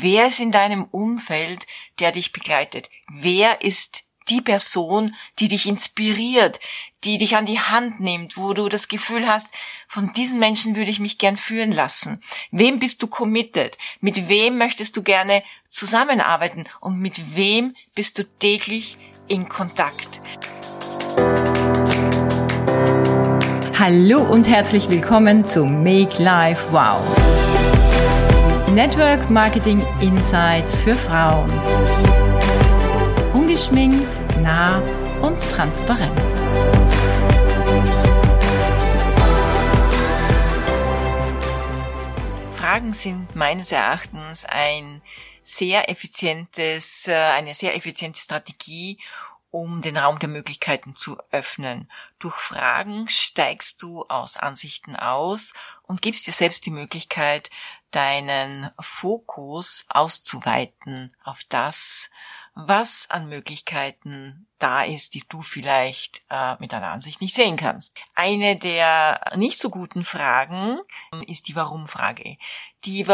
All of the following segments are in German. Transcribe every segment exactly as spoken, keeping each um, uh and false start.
Wer ist in deinem Umfeld, der dich begleitet? Wer ist die Person, die dich inspiriert, die dich an die Hand nimmt, wo du das Gefühl hast, von diesen Menschen würde ich mich gern führen lassen? Wem bist du committed? Mit wem möchtest du gerne zusammenarbeiten? Und mit wem bist du täglich in Kontakt? Hallo und herzlich willkommen zu Make Life Wow. Network Marketing Insights für Frauen. Ungeschminkt, nah und transparent. Fragen sind meines Erachtens ein sehr effizientes, eine sehr effiziente Strategie, um den Raum der Möglichkeiten zu öffnen. Durch Fragen steigst du aus Ansichten aus und gibst dir selbst die Möglichkeit, deinen Fokus auszuweiten auf das, was an Möglichkeiten da ist, die du vielleicht äh, mit deiner Ansicht nicht sehen kannst. Eine der nicht so guten Fragen ist die Warum-Frage. Die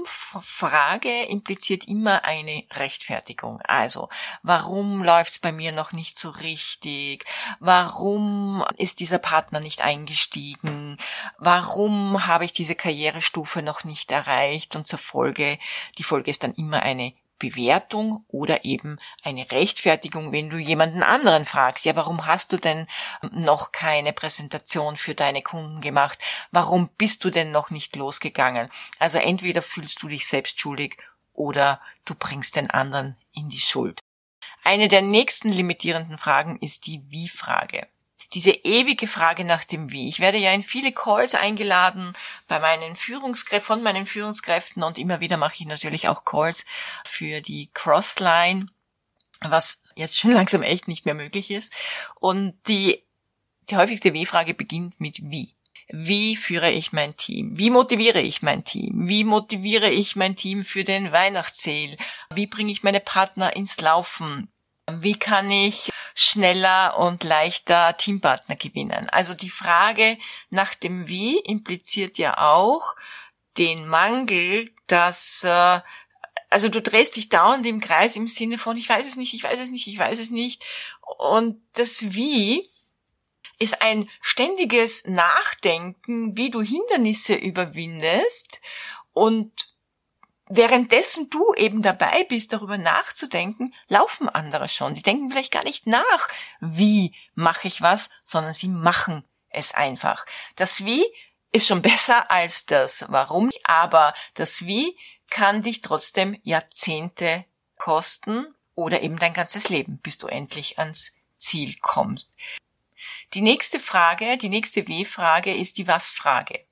Warum-Frage impliziert immer eine Rechtfertigung. Also, warum läuft's bei mir noch nicht so richtig? Warum ist dieser Partner nicht eingestiegen? Warum habe ich diese Karrierestufe noch nicht erreicht? Und zur Folge, die Folge ist dann immer eine Bewertung oder eben eine Rechtfertigung, wenn du jemanden anderen fragst. Ja, warum hast du denn noch keine Präsentation für deine Kunden gemacht? Warum bist du denn noch nicht losgegangen? Also entweder fühlst du dich selbst schuldig oder du bringst den anderen in die Schuld. Eine der nächsten limitierenden Fragen ist die Wie-Frage. Diese ewige Frage nach dem Wie. Ich werde ja in viele Calls eingeladen bei meinen Führungskräften, von meinen Führungskräften und immer wieder mache ich natürlich auch Calls für die Crossline, was jetzt schon langsam echt nicht mehr möglich ist. Und die, die häufigste Wie-Frage beginnt mit Wie. Wie führe ich mein Team? Wie motiviere ich mein Team? Wie motiviere ich mein Team für den Weihnachtssale? Wie bringe ich meine Partner ins Laufen? Wie kann ich schneller und leichter Teampartner gewinnen? Also die Frage nach dem Wie impliziert ja auch den Mangel, dass, äh, also du drehst dich dauernd im Kreis im Sinne von, ich weiß es nicht, ich weiß es nicht, ich weiß es nicht. Und das Wie ist ein ständiges Nachdenken, wie du Hindernisse überwindest, und währenddessen du eben dabei bist, darüber nachzudenken, laufen andere schon. Die denken vielleicht gar nicht nach, wie mache ich was, sondern sie machen es einfach. Das Wie ist schon besser als das Warum, aber das Wie kann dich trotzdem Jahrzehnte kosten oder eben dein ganzes Leben, bis du endlich ans Ziel kommst. Die nächste Frage, die nächste Wie-Frage ist die Was-Frage.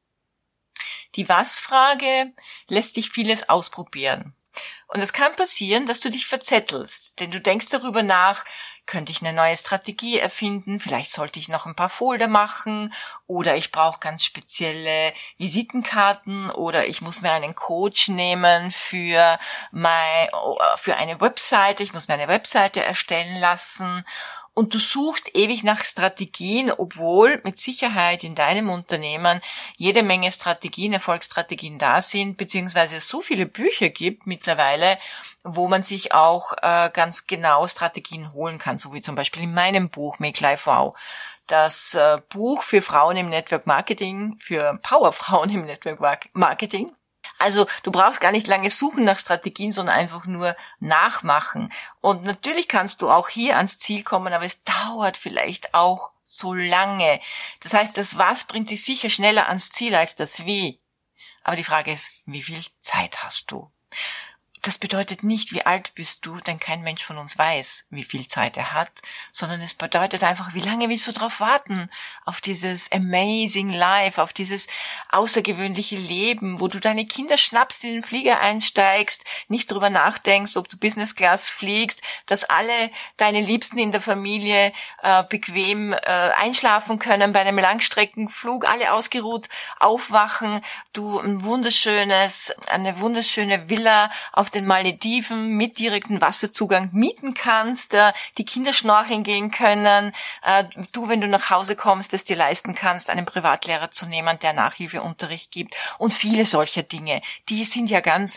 Die Was-Frage lässt dich vieles ausprobieren. Und es kann passieren, dass du dich verzettelst, denn du denkst darüber nach, könnte ich eine neue Strategie erfinden, vielleicht sollte ich noch ein paar Folder machen oder ich brauche ganz spezielle Visitenkarten oder ich muss mir einen Coach nehmen für mein, für eine Webseite, ich muss mir eine Webseite erstellen lassen. Und du suchst ewig nach Strategien, obwohl mit Sicherheit in deinem Unternehmen jede Menge Strategien, Erfolgsstrategien da sind, beziehungsweise es so viele Bücher gibt mittlerweile, wo man sich auch äh, ganz genau Strategien holen kann, so wie zum Beispiel in meinem Buch Make Life Wow. Das äh, Buch für Frauen im Network Marketing, für Powerfrauen im Network Marketing. Also du brauchst gar nicht lange suchen nach Strategien, sondern einfach nur nachmachen. Und natürlich kannst du auch hier ans Ziel kommen, aber es dauert vielleicht auch so lange. Das heißt, das Was bringt dich sicher schneller ans Ziel als das Wie. Aber die Frage ist, wie viel Zeit hast du? Das bedeutet nicht, wie alt bist du, denn kein Mensch von uns weiß, wie viel Zeit er hat, sondern es bedeutet einfach, wie lange willst du drauf warten, auf dieses amazing life, auf dieses außergewöhnliche Leben, wo du deine Kinder schnappst, in den Flieger einsteigst, nicht drüber nachdenkst, ob du Business Class fliegst, dass alle deine Liebsten in der Familie äh, bequem äh, einschlafen können bei einem Langstreckenflug, alle ausgeruht aufwachen, du ein wunderschönes, eine wunderschöne Villa auf den Malediven mit direktem Wasserzugang mieten kannst, äh, die Kinder schnorcheln gehen können, äh, du, wenn du nach Hause kommst, es dir leisten kannst, einen Privatlehrer zu nehmen, der Nachhilfeunterricht gibt und viele solcher Dinge. Die sind ja ganz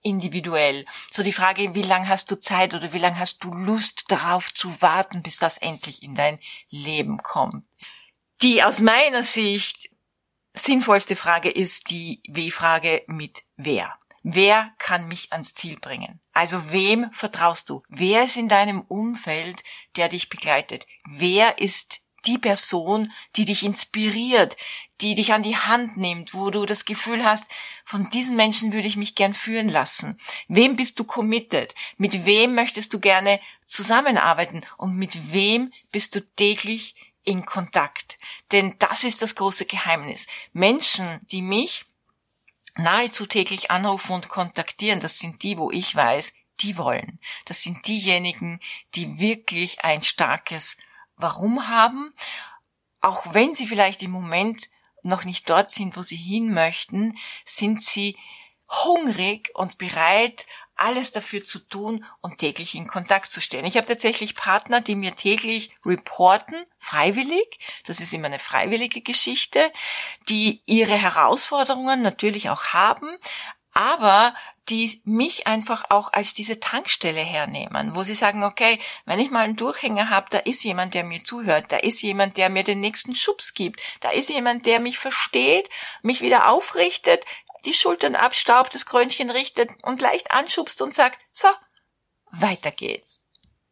individuell. So die Frage, wie lange hast du Zeit oder wie lange hast du Lust darauf zu warten, bis das endlich in dein Leben kommt. Die aus meiner Sicht sinnvollste Frage ist die W-Frage mit wer. Wer kann mich ans Ziel bringen? Also wem vertraust du? Wer ist in deinem Umfeld, der dich begleitet? Wer ist die Person, die dich inspiriert, die dich an die Hand nimmt, wo du das Gefühl hast, von diesen Menschen würde ich mich gern führen lassen? Wem bist du committed? Mit wem möchtest du gerne zusammenarbeiten? Und mit wem bist du täglich in Kontakt? Denn das ist das große Geheimnis. Menschen, die mich nahezu täglich anrufen und kontaktieren, das sind die, wo ich weiß, die wollen. Das sind diejenigen, die wirklich ein starkes Warum haben, auch wenn sie vielleicht im Moment noch nicht dort sind, wo sie hin möchten, sind sie hungrig und bereit, alles dafür zu tun und täglich in Kontakt zu stehen. Ich habe tatsächlich Partner, die mir täglich reporten, freiwillig, das ist immer eine freiwillige Geschichte, die ihre Herausforderungen natürlich auch haben, aber die mich einfach auch als diese Tankstelle hernehmen, wo sie sagen, okay, wenn ich mal einen Durchhänger habe, da ist jemand, der mir zuhört, da ist jemand, der mir den nächsten Schubs gibt, da ist jemand, der mich versteht, mich wieder aufrichtet, die Schultern abstaubt, das Krönchen richtet und leicht anschubst und sagt, so, weiter geht's.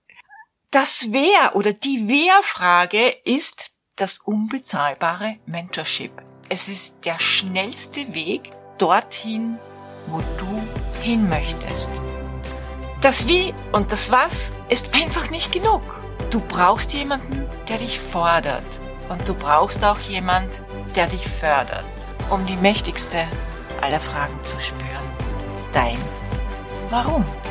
Das Wer oder die Wer-Frage ist das unbezahlbare Mentorship. Es ist der schnellste Weg dorthin, wo du hin möchtest. Das Wie und das Was ist einfach nicht genug. Du brauchst jemanden, der dich fordert. Und du brauchst auch jemanden, der dich fördert, um die mächtigste aller Fragen zu spüren. Dein Warum.